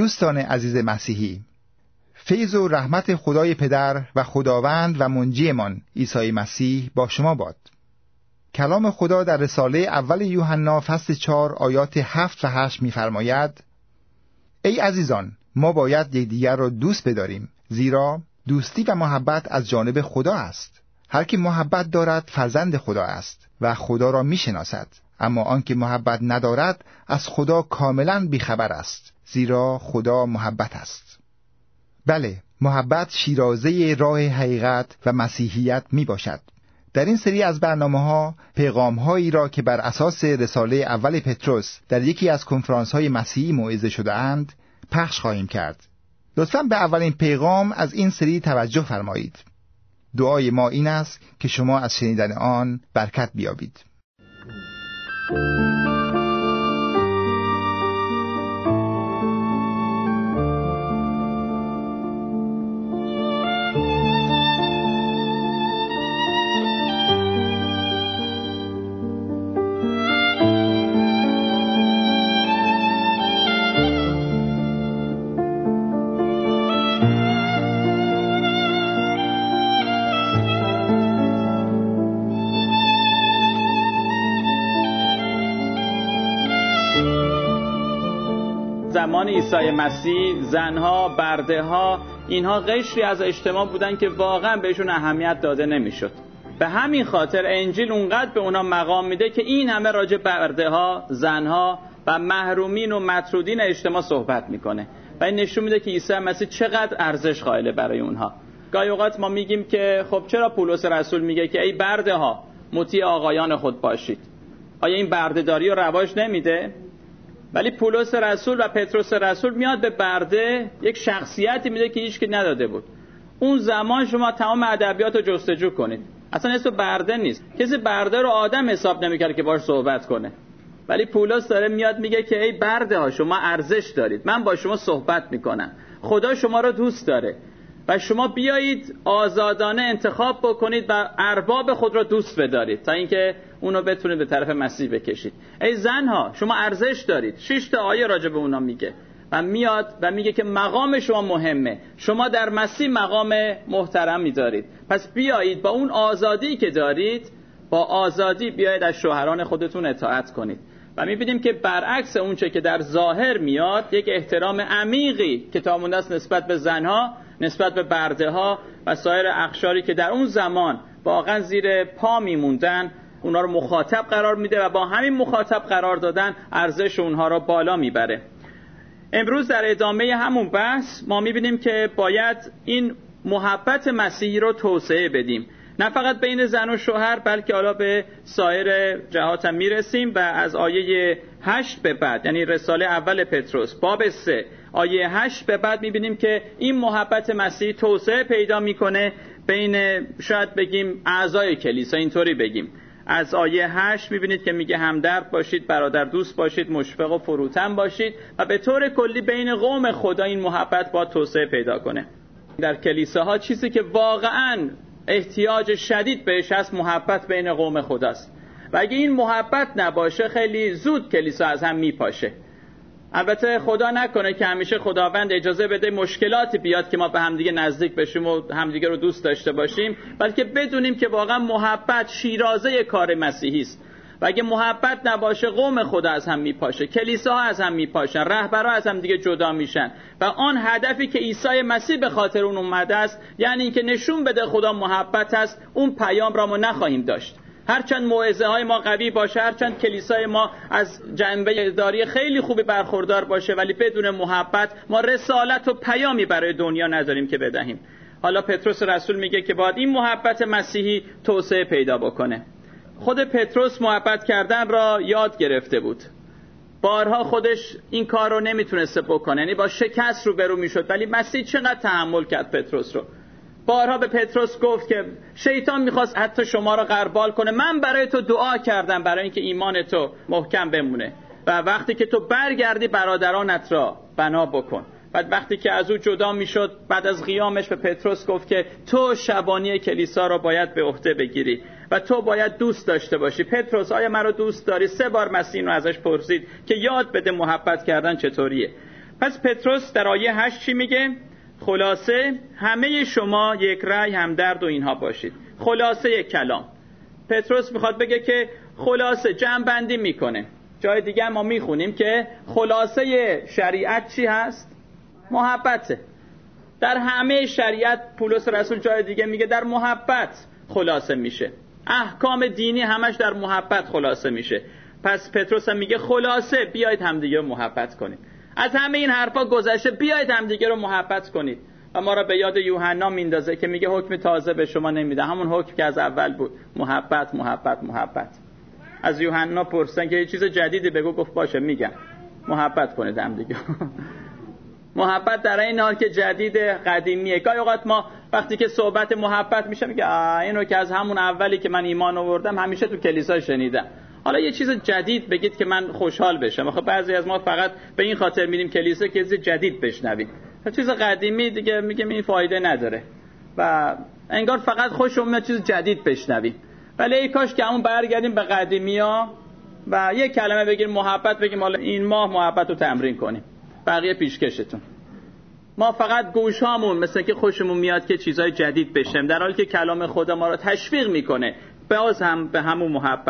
دوستان عزیز مسیحی، فیض و رحمت خدای پدر و خداوند و منجیمان عیسی مسیح با شما باد. کلام خدا در رساله اول یوحنا فصل 4 آیات 7 و 8 می‌فرماید: ای عزیزان، ما باید یکدیگر را دوست بداریم، زیرا دوستی و محبت از جانب خدا است. هر کی محبت دارد فرزند خدا است و خدا را می‌شناسد. اما آنکه محبت ندارد از خدا کاملا بیخبر است، زیرا خدا محبت است. بله، محبت شیرازه راه حقیقت و مسیحیت می باشد. در این سری از برنامه‌ها پیغام‌هایی را که بر اساس رساله اول پتروس در یکی از کنفرانس‌های مسیحی موعظه شده‌اند پخش خواهیم کرد. لطفاً به اولین پیغام از این سری توجه فرمایید. دعای ما این است که شما از شنیدن آن برکت بیابید. زمان عیسی مسیح زنها، برده ها، اینها قشری از اجتماع بودن که واقعا بهشون اهمیت داده نمیشد. به همین خاطر انجیل اونقدر به اونا مقام میده که این همه راجع برده ها، زنها و محرومین و مطرودین اجتماع صحبت میکنه و این نشون میده که عیسی مسیح چقدر ارزش قائله برای اونها. گاهی اوقات ما میگیم که خب چرا پولس رسول میگه که ای برده ها مطیع آقایان خود باشید؟ آیا این بردهداری رو رواج نمیده؟ ولی پولس رسول و پتروس رسول میاد به برده یک شخصیتی میده که هیچ کی نداده بود. اون زمان شما تمام ادبیات رو جستجو کنید، اصلا اسم برده نیست. کسی برده رو آدم حساب نمیکرد که باهاش صحبت کنه. ولی پولس داره میاد میگه که ای برده ها شما ارزش دارید، من با شما صحبت میکنم، خدا شما رو دوست داره و شما بیایید آزادانه انتخاب بکنید و ارباب خود را دوست بدارید تا اینکه اونو بتونید به طرف مسیح بکشید. ای زنها شما ارزش دارید. 6 تا آیه راجع به اونا میگه و میاد و میگه که مقام شما مهمه، شما در مسیح مقام محترمی دارید، پس بیایید با اون آزادی که دارید، با آزادی بیایید از شوهران خودتون اطاعت کنید. و میبینیم که برعکس اون چه که در ظاهر میاد، یک احترام عمیقی کتاب مقدس نسبت به زنها، نسبت به برده ها و سایر اقشاری که در اون زمان واقعا زیر پا میموندن اونا رو مخاطب قرار میده و با همین مخاطب قرار دادن ارزش اونها رو بالا میبره. امروز در ادامه همون بحث ما میبینیم که باید این محبت مسیحی رو توسعه بدیم، نه فقط بین زن و شوهر بلکه حالا به سایر جهات هم میرسیم و از آیه 8 به بعد، یعنی رساله اول پتروس باب 3 آیه 8 به بعد میبینیم که این محبت مسیحی توسعه پیدا میکنه بین شاید بگیم اعضای کلیسا. اینطوری بگیم از آیه 8 میبینید که میگه همدرد باشید، برادر دوست باشید، مشفق و فروتن باشید و به طور کلی بین قوم خدا این محبت با توسعه پیدا کنه. در کلیساها چیزی که واقعاً احتیاج شدید بهش هست محبت بین قوم خداست و اگه این محبت نباشه خیلی زود کلیسا از هم میپاشه. البته خدا نکنه که همیشه خداوند اجازه بده مشکلاتی بیاد که ما به همدیگه نزدیک بشیم و همدیگه رو دوست داشته باشیم، بلکه بدونیم که واقعا محبت شیرازه کار مسیحی است و اگه محبت نباشه قوم خدا از هم میپاشه، کلیساها از هم میپاشن، رهبرها از هم دیگه جدا میشن و آن هدفی که عیسی مسیح به خاطر اون اومده است، یعنی اینکه نشون بده خدا محبت است، اون پیام را ما نخواهیم داشت. هرچند موعظه های ما قوی باشه، هرچند کلیسای ما از جنبه اداری خیلی خوبی برخوردار باشه، ولی بدون محبت ما رسالت و پیامی برای دنیا نداریم که بدهیم. حالا پتروس رسول میگه که باید این محبت مسیحی توسعه پیدا بکنه. خود پتروس محبت کردن را یاد گرفته بود. بارها خودش این کار رو نمیتونسته بکنه، یعنی با شکست روبرو میشد، ولی مسیح چقدر تحمل کرد پتروس رو. بارها به پتروس گفت که شیطان میخواست حتی شما را غربال کنه، من برای تو دعا کردم برای اینکه ایمان تو محکم بمونه و وقتی که تو برگردی برادرانت را بنا بکن. بعد وقتی که از او جدا میشد بعد از قیامش به پتروس گفت که تو شبانی کلیسا را باید به عهده بگیری و تو باید دوست داشته باشی. پتروس آیا من رو دوست داری؟ 3 بار مسیح رو ازش پرسید که یاد بده محبت کردن چطوریه. پس پتروس در آیه 8 چی میگه؟ خلاصه همه شما یک رأی، همدرد و اینها باشید. خلاصه کلام پتروس میخواد بگه که خلاصه جمع بندی میکنه. جای دیگه ما میخونیم که خلاصه شریعت چی هست؟ محبته. در همه شریعت پولس رسول جای دیگه میگه در محبت خلاصه میشه. احکام دینی همش در محبت خلاصه میشه. پس پتروس هم میگه خلاصه بیایید همدیگه رو محبت کنید. از همه این حرفا گذشته، بیایید همدیگه رو محبت کنید. و ما را به یاد یوحنا میندازه که میگه حکم تازه به شما نمیده، همون حکم که از اول بود، محبت محبت محبت. از یوحنا پرسیدن که یه چیز جدیدی بگو، گفت باشه میگم، محبت کنید همدیگه. محبت در این حال که جدید قدیمیه. گاهی اوقات ما وقتی که صحبت محبت میشه میگه اینو که از همون اولی که من ایمان آوردم همیشه تو کلیسا شنیدم، حالا یه چیز جدید بگید که من خوشحال بشم. آخه بعضی از ما فقط به این خاطر میریم کلیسا که چیز جدید بشنویم، چیز قدیمی دیگه میگم این فایده نداره و انگار فقط خوشمون میاد چیز جدید بشنویم. ولی ای کاش که همون برگردیم به قدیمی‌ها و یه کلمه بگیم محبت، بگیم حالا این ماه محبت رو تمرین کنیم، بقیه پیشکشتون. ما فقط گوشامون مثل که خوشمون میاد که چیزای جدید بشیم، در حالی که کلام خدا ما رو تشویق میکنه باز هم به همون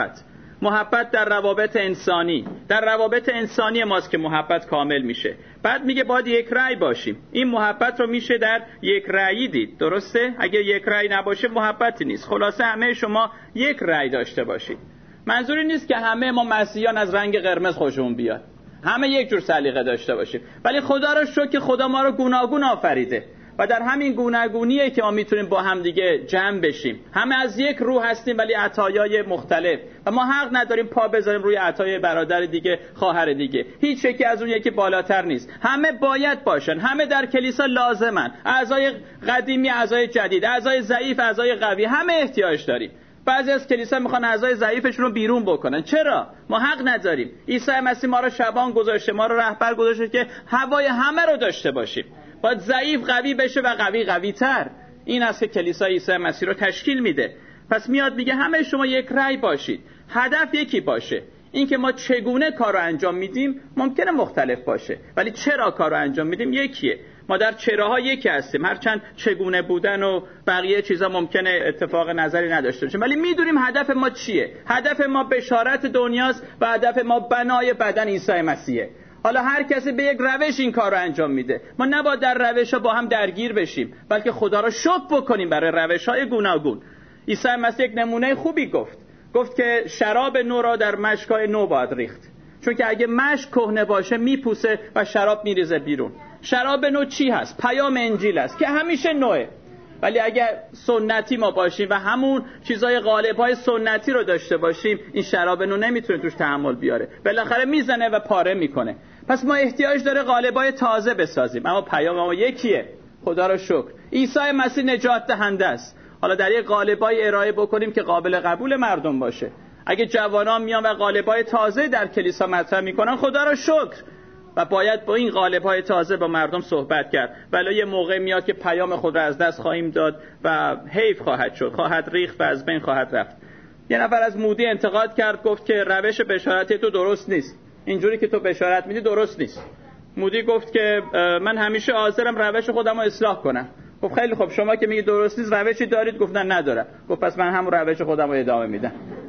محبت در روابط انسانی، در روابط انسانی ماست که محبت کامل میشه. بعد میگه باید یک رأی باشیم. این محبت رو میشه در یک رأیی دید، درسته؟ اگه یک رأی نباشه محبتی نیست. خلاصه همه شما یک رأی داشته باشید. منظوری نیست که همه ما مسیحیان از رنگ قرمز خوشمون بیاد، همه یک جور سلیقه داشته باشیم، ولی خدا رو شکر که خدا ما رو گوناگون آفریده و در همین گوناگونیه که ما میتونیم با هم دیگه جمع بشیم. همه از یک روح هستیم ولی عطایای مختلف و ما حق نداریم پا بذاریم روی عطای برادر دیگه، خواهر دیگه. هیچ یکی از اون یکی بالاتر نیست. همه باید باشن، همه در کلیسا لازمن. اعضای قدیمی، اعضای جدید، اعضای ضعیف، اعضای قوی، همه احتیاج داریم. بعضی از کلیسا میخوان اعضای ضعیفشون رو بیرون بکنن. چرا؟ ما حق نداریم. عیسی مسیح ما رو شبان گذاشته، ما رو رهبر گذاشته که هوای همه رو داشته باشیم. باید ضعیف قوی بشه و قوی قوی تر. این است که کلیسا عیسی مسیح رو تشکیل میده. پس میاد میگه همه شما یک رأی باشید، هدف یکی باشه. این که ما چگونه کار رو انجام میدیم ممکنه مختلف باشه، ولی چرا کار رو انجام میدیم یکیه. ما در چراها یکی هستیم، هرچند چگونه بودن و بقیه چیزا ممکنه اتفاق نظری نداشته باشه، ولی میدونیم هدف ما چیه. هدف ما بشارت دنیاست و هدف ما بنای بدن عیسی مسیحه. حالا هر کسی به یک روش این کار رو انجام میده. ما نباید در روش‌ها با هم درگیر بشیم، بلکه خدا رو شکر بکنیم برای روش‌های گوناگون. عیسی مسیح یک نمونه خوبی گفت که شراب نو را در مشکای نو باید ریخت، چون که اگه مشک کهنه باشه میپوسه و شراب میریزه بیرون. شراب نو چی هست؟ پیام انجیل است که همیشه نوه. ولی اگر سنتی ما باشیم و همون چیزای غالب‌های سنتی رو داشته باشیم، این شراب نو نمیتونه توش تحمل بیاره، بالاخره میزنه و پاره میکنه. پس ما احتیاج داره غالب‌های تازه بسازیم، اما پیام ما یکیه. خدا رو شکر عیسی مسیح نجات دهنده است. حالا در یک غالب‌های ارائه بکنیم که قابل قبول مردم باشه. اگه جوانان میان و غالب‌های تازه در کلیسا مطرح میکنن، خدا رو شکر، و باید با این غالب‌های تازه با مردم صحبت کرد. ولی یه موقع میاد که پیام خود را از دست خواهیم داد و حیف خواهد شد، خواهد ریخت و از بین خواهد رفت. یه نفر از مودی انتقاد کرد، گفت که روش بشارت تو درست نیست، اینجوری که تو بشارت میدی درست نیست. مودی گفت که من همیشه حاضرم روش خودم رو اصلاح کنم. گفت خیلی خب، شما که میگی درست نیست روشی دارید؟ گفتن ندارم. گفت پس من همون روش خودم رو ادامه میدم.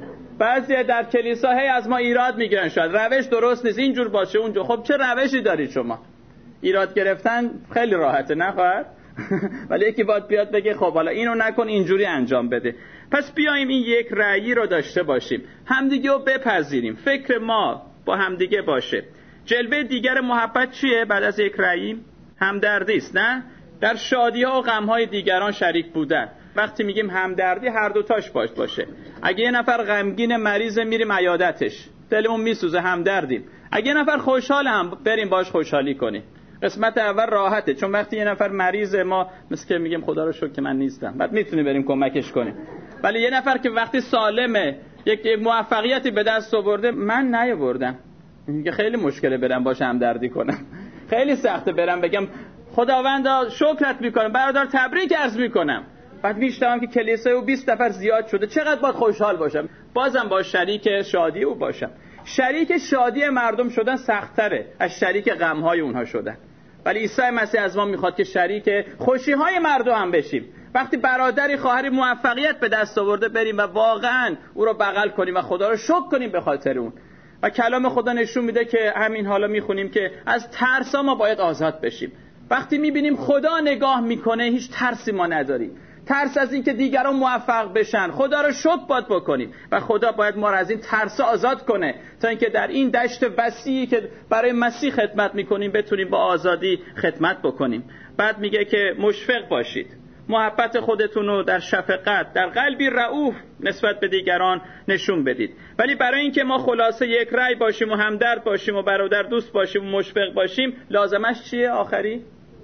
بعضی در کلیسا هی از ما ایراد میگیرن، شاید روش درست نیست، اینجور باشه اونجور. خب چه روشی دارید شما؟ ایراد گرفتن خیلی راحته، نخواهد؟ ولی یکی باید بیاد بگه خب حالا اینو نکن، اینجوری انجام بده. پس بیایم این یک رأیی رو داشته باشیم، همدیگه رو بپذیریم، فکر ما با همدیگه باشه. جلوه دیگر محبت چیه بعد از یک رأیی؟ همدردی است، نه؟ در شادی‌ها و غم‌های دیگران شریک بودن. وقتی میگیم همدردی، هر دوتاش باشه. اگه یه نفر غمگین مریضه میریم عیادتش، دلمون میسوزه، همدردیم. اگه یه نفر خوشحاله هم بریم باش خوشحالی کنیم. قسمت اول راحته، چون وقتی یه نفر مریضه ما مثل که میگیم خدا رو شکر که من نیستم، بعد میتونیم بریم کمکش کنیم. ولی یه نفر که وقتی سالمه، یک موفقیتی به دست آورده، من نیاوردم، میگه خیلی مشکله برم باش همدردی کنم، خیلی سخته برم بگم خداوندا شکرت میکنم، برادر تبریک عرض میکنم. بعد میشتم که کلیسای او 20 نفر زیاد شده، چقدر باید خوشحال باشم، بازم با شریک شادی او باشم. شریک شادی مردم شدن سخت‌تره از شریک غم‌های اونها شدن. ولی عیسی مسیح از ما میخواد که شریک خوشی‌های مردم هم بشیم. وقتی برادری خواهری موفقیت به دست آورده بریم و واقعاً او رو بغل کنیم و خدا رو شکر کنیم به خاطر اون. و کلام خدا نشون میده که همین حالا میخونیم که از ترس ما باید آزاد بشیم. وقتی میبینیم خدا نگاه میکنه هیچ ترسی ما نداریم. ترس از این که دیگران موفق بشن، خدا رو شکر باید بکنیم و خدا باید ما رو از این ترس آزاد کنه تا اینکه در این دشت وسیعی که برای مسیح خدمت میکنیم بتونیم با آزادی خدمت بکنیم. بعد میگه که مشفق باشید، محبت خودتون رو در شفقت، در قلبی رئوف نسبت به دیگران نشون بدید. ولی برای اینکه ما خلاصه یک رأی باشیم و همدرد باشیم و برادر دوست باشیم و مشفق باشیم، لازمش چیه آخری؟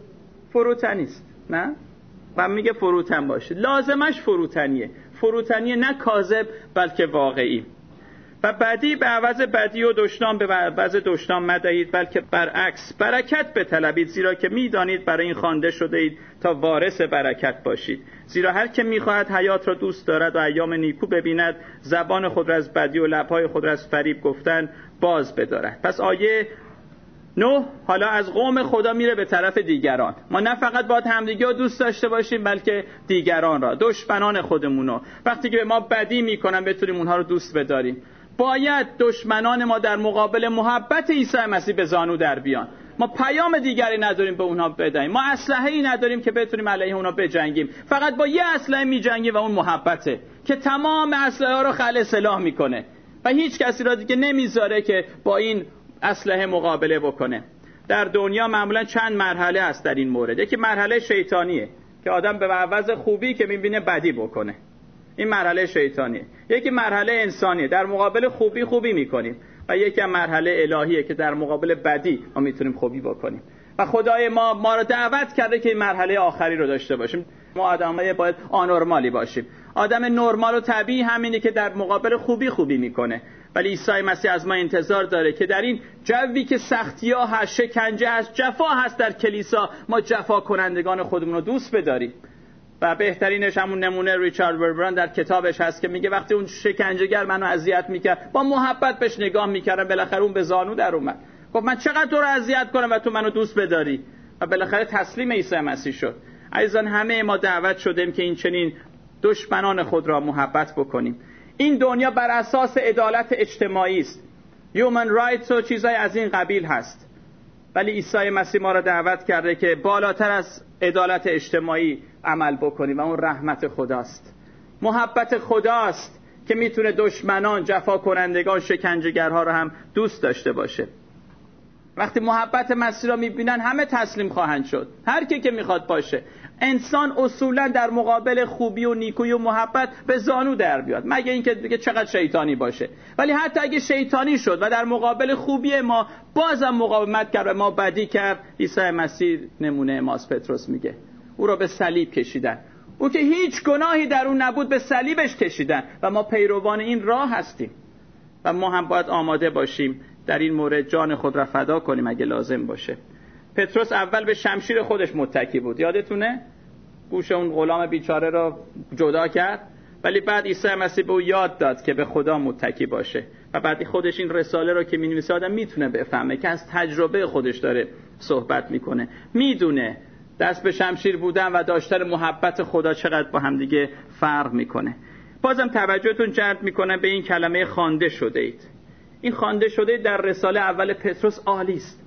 فروتنی است، نه؟ و میگه فروتن باشید. لازمش فروتنیه، نه کاذب بلکه واقعی. و بدی به عوض بدی و دشنام به عوض دشنام مدهید، بلکه برعکس برکت بطلبید، زیرا که میدانید برای این خوانده شده اید تا وارث برکت باشید. زیرا هر که میخواهد حیات را دوست دارد و ایام نیکو ببیند، زبان خود را از بدی و لبهای خود را از فریب گفتن باز بدارد. پس آیه 9 حالا از قوم خدا میره به طرف دیگران. ما نه فقط باید همدیگه رو دوست داشته باشیم بلکه دیگران را، دشمنان خودمون رو. وقتی که به ما بدی میکنن بتونیم اونها رو دوست بداریم. باید دشمنان ما در مقابل محبت عیسی مسیح به زانو در بیان. ما پیام دیگری نداریم به اونها بدهیم، ما اسلحه‌ای نداریم که بتونیم علیه اونها بجنگیم. فقط با یه اسلحه میجنگیم و اون محبته که تمام اسلحه ها رو خلع سلاح میکنه و هیچ کسی را دیگه نمیذاره که با این اسلحه مقابله بکنه. در دنیا معمولا چند مرحله است در این مورد. یکی مرحله شیطانیه که آدم به عوض خوبی که میبینه بدی بکنه، این مرحله شیطانیه. یکی مرحله انسانیه، در مقابل خوبی میکنیم. و یکی مرحله الهیه که در مقابل بدی ما میتونیم خوبی بکنیم. و خدای ما رو دعوت کرده که این مرحله آخری رو داشته باشیم. ما آدمای باید آنورمالی باشیم. آدم نرمال و طبیعی همینه که در مقابل خوبی میکنه. ولی عیسی مسیح از ما انتظار داره که در این جوی که سختی‌ها هست، شکنجه هست، جفا هست در کلیسا، ما جفا کنندگان خودمون رو دوست بداریم. و بهترینش همون نمونه ریچارد وربران در کتابش هست که میگه وقتی اون شکنجهگر منو اذیت میکرد با محبت بهش نگاه میکردم، بالاخره اون به زانو در اومد، گفت من چقدر تو رو اذیت کنم و تو منو دوست بداری، و بالاخره تسلیم عیسی مسیح شد. عزیزان همه ما دعوت شدیم که این چنین دشمنان خود را محبت بکنیم. این دنیا بر اساس عدالت اجتماعی است، human rights و چیزای از این قبیل هست. ولی عیسی مسیح ما را دعوت کرده که بالاتر از عدالت اجتماعی عمل بکنیم و اون رحمت خداست، محبت خداست که میتونه دشمنان، جفا کنندگان، شکنجهگرها رو هم دوست داشته باشه. وقتی محبت مسیح را میبینن همه تسلیم خواهند شد، هر کی که میخواد باشه. انسان اصولا در مقابل خوبی و نیکویی و محبت به زانو در بیاد، مگه اینکه دیگه چقدر شیطانی باشه. ولی حتی اگه شیطانی شد و در مقابل خوبی ما بازم مقاومت کرد و ما بدی کرد، عیسی مسیح نمونه ماست. پتروس میگه او را به صلیب کشیدن، او که هیچ گناهی در اون نبود به صلیبش کشیدن و ما پیروان این راه هستیم و ما هم باید آماده باشیم در این مورد جان خود را فدا کنیم اگه لازم باشه. پتروس اول به شمشیر خودش متکی بود، یادتونه؟ گوش اون غلام بیچاره را جدا کرد. ولی بعد عیسی مسیح به او یاد داد که به خدا متکی باشه و بعد خودش این رساله رو که می‌نویسه آدم میتونه بفهمه که از تجربه خودش داره صحبت میکنه، میدونه دست به شمشیر بودن و داشتن محبت خدا چقدر با هم دیگه فرق میکنه. بازم توجهتون جلب میکنم به این کلمه خوانده شده اید. این خوانده شده در رساله اول پتروس عالی است.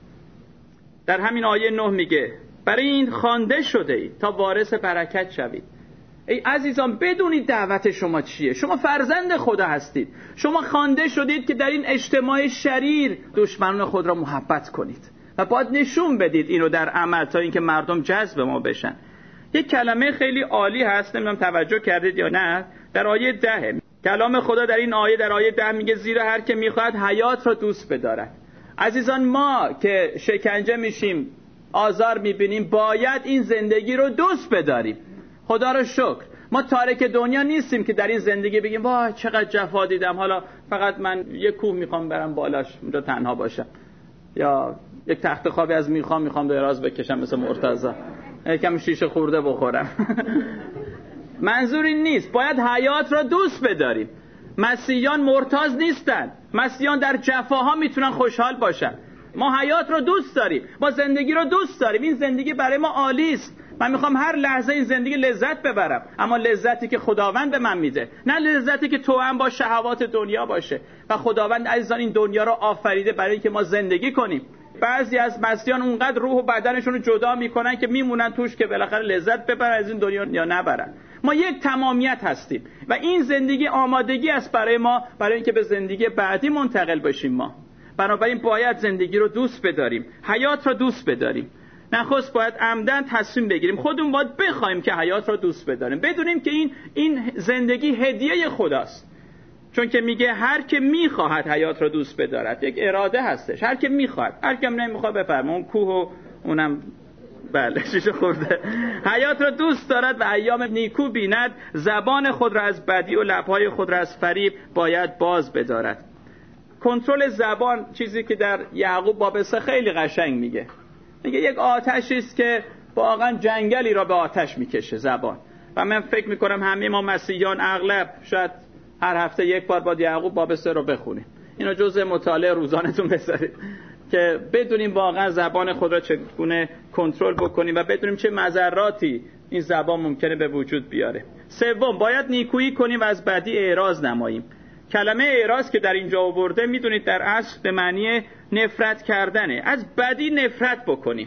در همین آیه 9 میگه برای این خوانده شده اید تا وارث برکت شوید. ای عزیزان بدونید دعوت شما چیه. شما فرزند خدا هستید. شما خوانده شدید که در این اجتماع شریر دشمنان خود را محبت کنید و باید نشون بدید اینو در عمل تا اینکه مردم جذب ما بشن. یک کلمه خیلی عالی هست، نمیدونم توجه کردید یا نه، در آیه 10 کلام خدا در این آیه، در آیه 10 میگه زیرا هر که میخواهد حیات را دوست بدارد. عزیزان ما که شکنجه میشیم، آزار میبینیم، باید این زندگی رو دوست بداریم. خدا رو شکر ما تارک دنیا نیستیم که در این زندگی بگیم وای چقدر جفا دیدم، حالا فقط من یک کوه میخوام برم بالاش اونجا تنها باشم، یا یک تخت خوابی از میخوام دراز بکشم مثل مرتضی، یکم شیشه خورده بخورم. منظور این نیست. باید حیات را دوست بداریم. مسیحیان مرتاض نیستن. مسیحیان در جفاها میتونن خوشحال باشن. ما حیات رو دوست داریم، ما زندگی رو دوست داریم، این زندگی برای ما عالی است. من میخوام هر لحظه این زندگی لذت ببرم، اما لذتی که خداوند به من میده، نه لذتی که توأم با شهوات دنیا باشه. و خداوند عزیزان این دنیا رو آفریده برای اینکه ما زندگی کنیم. بعضی از مسیحیان اونقدر روح و بدنشون رو جدا میکنن که میمونن توش که بالاخره لذت ببرن از این دنیا یا نبرن. ما یک تمامیت هستیم و این زندگی آمادگی است برای ما، برای اینکه به زندگی بعدی منتقل بشیم. ما بنابراین باید زندگی رو دوست بداریم، حیات رو دوست بداریم. نخست باید عمدن تصمیم بگیریم، خودمون باید بخوایم که حیات رو دوست بداریم، بدونیم که این زندگی هدیه خداست. چون که میگه هر که میخواهد حیات رو دوست بدارد، یک اراده هستش. هر که میخواهد، هر که نمیخواد بفرما اون کوه و اونم بله شیشه خورده. حیات رو دوست دارد و ایام نیکو بیند، زبان خود را از بدی و لبهای خود را از فریب باید باز بدارد. کنترل زبان چیزی که در یعقوب باب 3 خیلی قشنگ میگه یک آتشی است که واقعا جنگلی را به آتش میکشه زبان. و من فکر میکنم همه ما مسیحیان اغلب شاید هر هفته یک بار با یعقوب باب 3 رو بخونیم. اینو جزء مطالعه روزانه‌تون بذارید که بدونیم واقعا زبان خود را چگونه کنترل بکنیم و بدونیم چه مضراتی این زبان ممکنه به وجود بیاره. سوم، باید نیکویی کنیم و از بدی اعراض نماییم. کلمه اعراض که در اینجا آورده میدونید در اصل به معنی نفرت کردنه. از بدی نفرت بکنیم.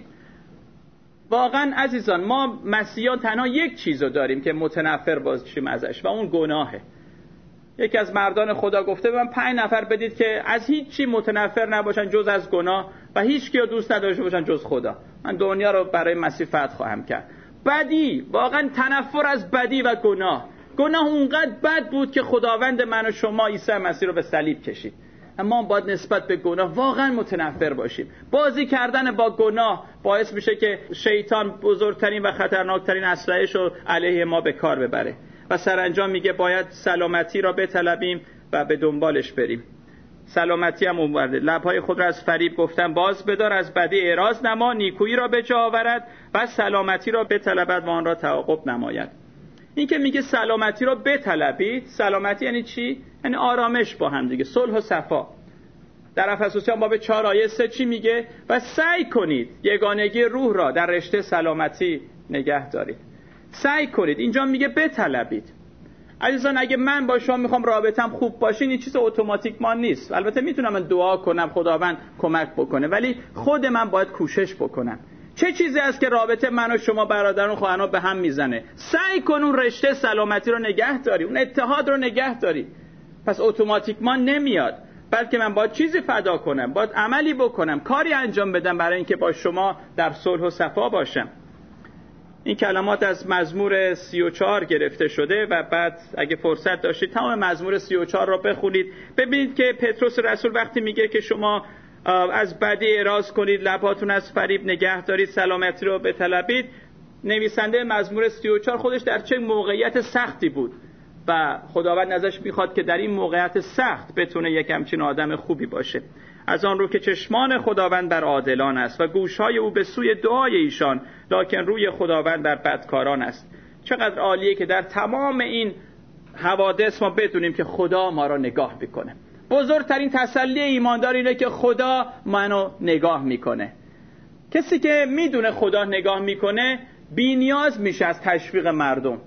واقعا عزیزان ما مسیحیان تنها یک چیزو داریم که متنفر باشیم ازش و اون گناهه. یکی از مردان خدا گفته به من 5 نفر بدید که از هیچ چی متنفر نباشن جز از گناه و هیچ کیو دوست نداشته باشن جز خدا. من دنیا رو برای مسیح فتح خواهم کرد. بدی، واقعا تنفر از بدی و گناه. گناه اونقدر بد بود که خداوند من و شما عیسی مسیح رو به صلیب کشید. اما باید نسبت به گناه واقعا متنفر باشیم. بازی کردن با گناه باعث میشه که شیطان بزرگترین و خطرناکترین اسلحه‌اش رو علیه ما به کار ببره. و سرانجام میگه باید سلامتی را بطلبیم و به دنبالش بریم. سلامتی هم اومده. لبهای خود را از فریب گفتن باز بدار، از بدی اعراض نما، نیکویی را به جا آورد و سلامتی را بطلبد و آن را تعاقب نماید. این که میگه سلامتی را بطلبید، سلامتی یعنی چی؟ یعنی آرامش با هم دیگه، صلح و صفا. در افسوسیان باب 4 آیه 3 چی میگه؟ و سعی کنید یگانگی روح را در رشته سلامتی نگه دارید. سعی کنید، اینجا میگه بطلبید. عزیزان اگه من با شما میخوام رابطم خوب باشه این چیز اتوماتیکمان نیست. البته میتونم من دعا کنم خداوند کمک بکنه، ولی خود من باید کوشش بکنم. چه چیزی است که رابطه من و شما برادران و خواهران به هم میزنه؟ سعی کن اون رشته سلامتی رو نگه داری، اون اتحاد رو نگه داری. پس اتوماتیکمان نمیاد، بلکه من باید چیزی فدا کنم، باید عملی بکنم، کاری انجام بدم برای اینکه با شما در صلح و صفا باشم. این کلمات از مزمور 34 گرفته شده و بعد اگه فرصت داشتید تمام مزمور 34 رو بخونید. ببینید که پتروس رسول وقتی میگه که شما از بدی اعراض کنید، لباتون از فریب نگه دارید، سلامتی رو بطلبید، نویسنده مزمور 34 خودش در چه موقعیت سختی بود و خداوند ازش میخواد که در این موقعیت سخت بتونه یک همچین آدم خوبی باشه. از آن رو که چشمان خداوند بر عادلان است و گوشهای او به سوی دعای ایشان، لکن روی خداوند بر بدکاران است. چقدر عالیه که در تمام این حوادث ما بدونیم که خدا ما را نگاه میکنه. بزرگترین تسلی ایماندار اینه که خدا منو نگاه میکنه. کسی که میدونه خدا نگاه میکنه بی نیاز میشه از تشویق مردم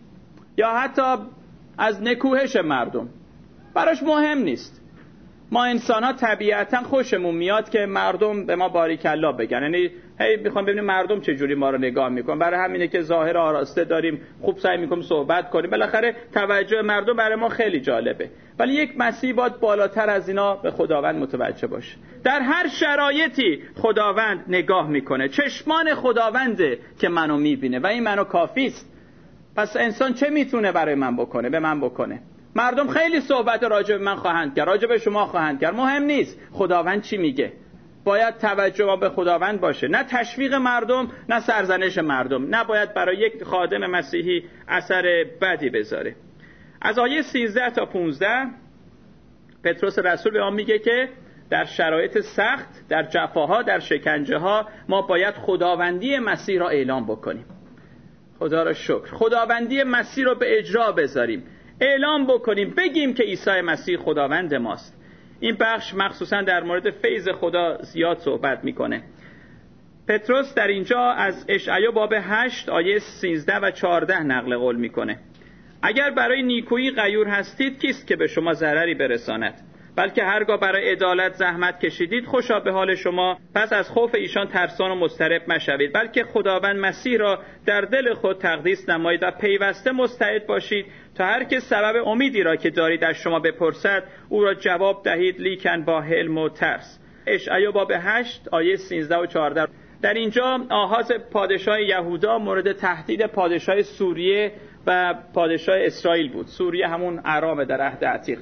یا حتی از نکوهش مردم، براش مهم نیست. ما انسان ها طبیعتا خوشمون میاد که مردم به ما باریکالله بگن، یعنی هی میخوام ببینیم مردم چجوری ما رو نگاه میکنن. برای همینه که ظاهر آراسته داریم، خوب سعی میکنیم صحبت کنیم، بالاخره توجه مردم برای ما خیلی جالبه. ولی یک مسیح باید بالاتر از اینا به خداوند متوجه باشه. در هر شرایطی خداوند نگاه میکنه، چشمان خداونده که منو میبینه و این منو کافیست. پس انسان چه میتونه برای من بکنه؟ به من بکنه. مردم خیلی صحبت راجع به من خواهند کرد، راجع به شما خواهند کرد، مهم نیست. خداوند چی میگه؟ باید توجه ما به خداوند باشه، نه تشویق مردم، نه سرزنش مردم. نه باید برای یک خادم مسیحی اثر بدی بذاره. از آیه 13 تا 15 پتروس رسول به ما میگه که در شرایط سخت، در جفاها، در شکنجه ها ما باید خداوندی مسیح را اعلام بکنیم. خدا را شکر، خداوندی مسیح رو به اجرا بذاریم، اعلام بکنیم، بگیم که عیسی مسیح خداوند ماست. این بخش مخصوصا در مورد فیض خدا زیاد صحبت میکنه. پتروس در اینجا از اشعیا باب 8 آیه 13 و 14 نقل قول میکنه. اگر برای نیکویی غیور هستید کیست که به شما ضرری برساند؟ بلکه هرگاه برای عدالت زحمت کشیدید خوشا به حال شما، پس از خوف ایشان ترسان و مضطرب مشوید، بلکه خداوند مسیح را در دل خود تقدیس نمایید و پیوسته مستعد باشید تا هر که سبب امیدی را که دارید از شما بپرسد او را جواب دهید، لیکن با حلم و ترس. اشعیا باب 8 آیه 13 و 14. در اینجا آغاز پادشاه یهودا مورد تهدید پادشاه سوریه و پادشاه اسرائیل بود. سوریه همون ارام در عهد عتیق.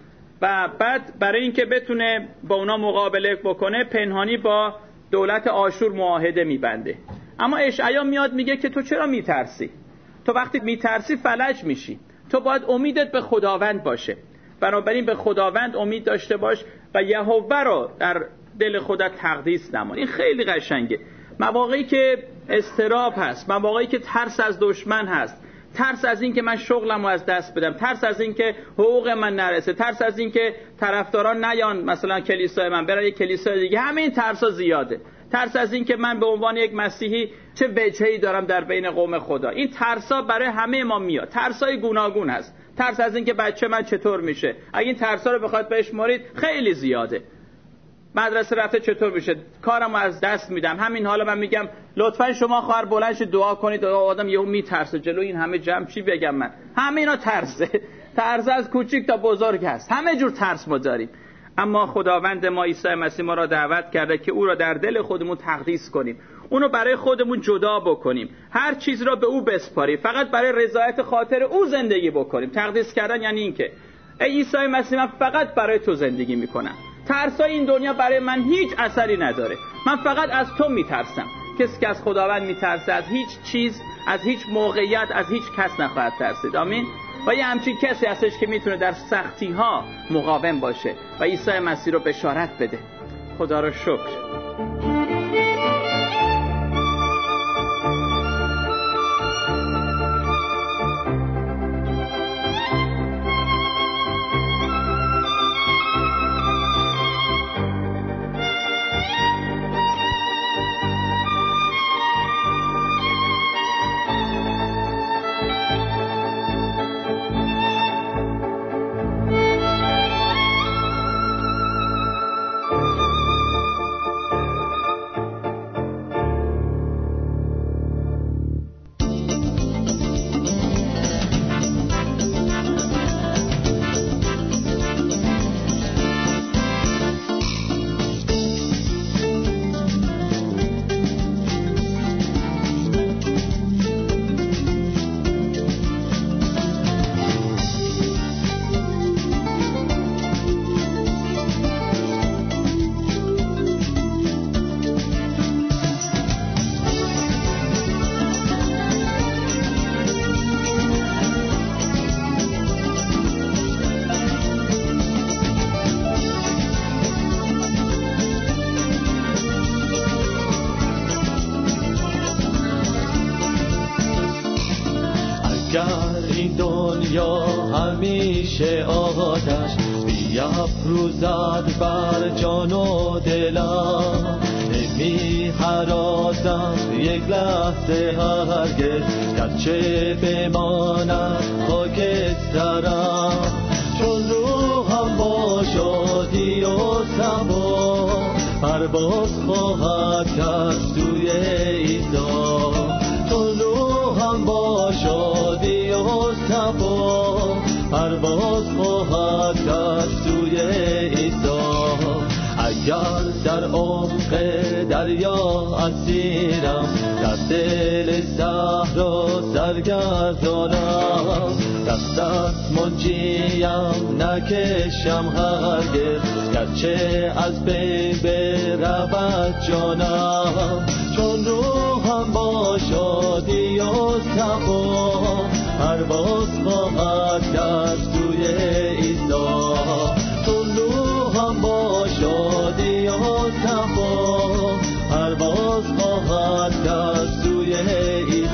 و بعد برای اینکه بتونه با اونا مقابله بکنه پنهانی با دولت آشور معاهده میبنده. اما اشعیا میاد میگه که تو چرا میترسی؟ تو وقتی میترسی فلج میشی. تو باید امیدت به خداوند باشه. بنابراین به خداوند امید داشته باش و یهوه رو در دل خودت تقدیس نما. این خیلی قشنگه. مواقعی که اضطراب هست، مواقعی که ترس از دشمن هست، ترس از این که من شغلمو از دست بدم، ترس از این که حقوق من نرسه، ترس از این که طرفداران نیان مثلا کلیسای من برای کلیسای دیگه، همه این ترسا زیاده. ترس از این که من به عنوان یک مسیحی چه وجهی دارم در بین قوم خدا. این ترسا برای همه ما میاد. ترسای گوناگون هست. ترس از این که بچه من چطور میشه. اگه این ترسا رو بخواد بشمارید خیلی زیاده. مدرسه رفته چطور میشه، کارمو از دست میدم. همین حالا من میگم لطفا شما خواهر بلند شید دعا کنید. آدم یهو میترسه جلو این همه جمع، چی بگم من؟ همه اینا ترسه. ترس از کوچیک تا بزرگ هست. همه جور ترس ما داریم. اما خداوند ما عیسی مسیح ما را دعوت کرده که او را در دل خودمون تقدیس کنیم، اونو برای خودمون جدا بکنیم، هر چیز را به او بسپاریم، فقط برای رضایت خاطر او زندگی بکنیم. تقدیس کردن یعنی این که ای عیسی مسیح من فقط برای تو زندگی میکنم. ترسای این دنیا برای من هیچ اثری نداره. من فقط از تو میترسم. کسی که از خداوند میترسه از هیچ چیز، از هیچ موقعیت، از هیچ کس نخواهد ترسید. آمین. و یه همچین کسی هستش که میتونه در سختی ها مقاوم باشه و عیسی مسیح رو بشارت بده. خدا رو شکر. این دنیا همیشه آتش بیفروزد بر جان و دلم، نمی هراسم یک لحظه هرگز گرچه بماند خاکسترم، چون روحم با شادی و صبا پرواز خواهد کرد سوی عیسی، چون روحم با شادی و صبا پرواز خواهد کرد سوی عیسی. اگر در عمق دریا اسیرم، در دل صحرا سرگردانم، دست از منجیم نکشم هرگز گرچه از پی برود جانم، چون روحم با شادی و صبا پرواز خواهد کرد سوی عیسی، چون روحم با شادی و صبا پرواز خواهد کرد سوی عیسی.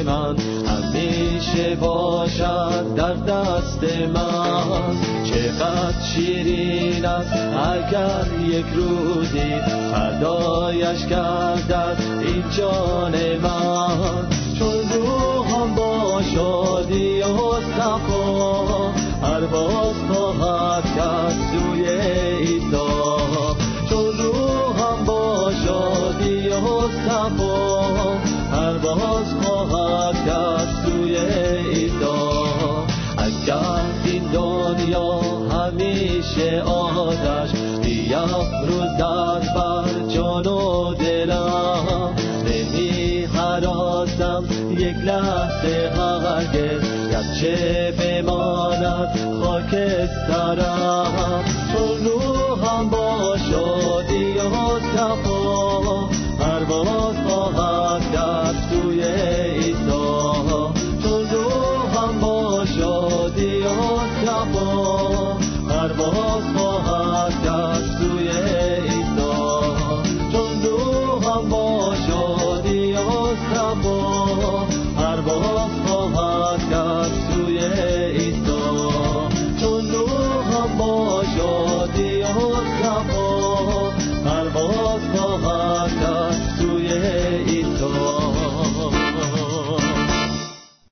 من همیشه باشد در دست من. چقدر شیرین است اگر یک روزی فدایش گردد این جان من. چون روحم با شادی و صفا پرواز خواهد کرد سوی عیسی. چون روحم با شادی و صفا پرواز خواهد کرد سوی عیسی. اگر این دنیا همیشه آتش بیفروزد بر جان و دلم، نمی هراسم یک لحظه هرگز گرچه بماند خاکسترم. چون روحم با شادی و صفا پرواز خواهد کرد سوی عیسی. چون روحم با شادی و صفا پرواز خواهد کرد سوی عیسی. چون روحم با شادی و صفا پرواز خواهد کرد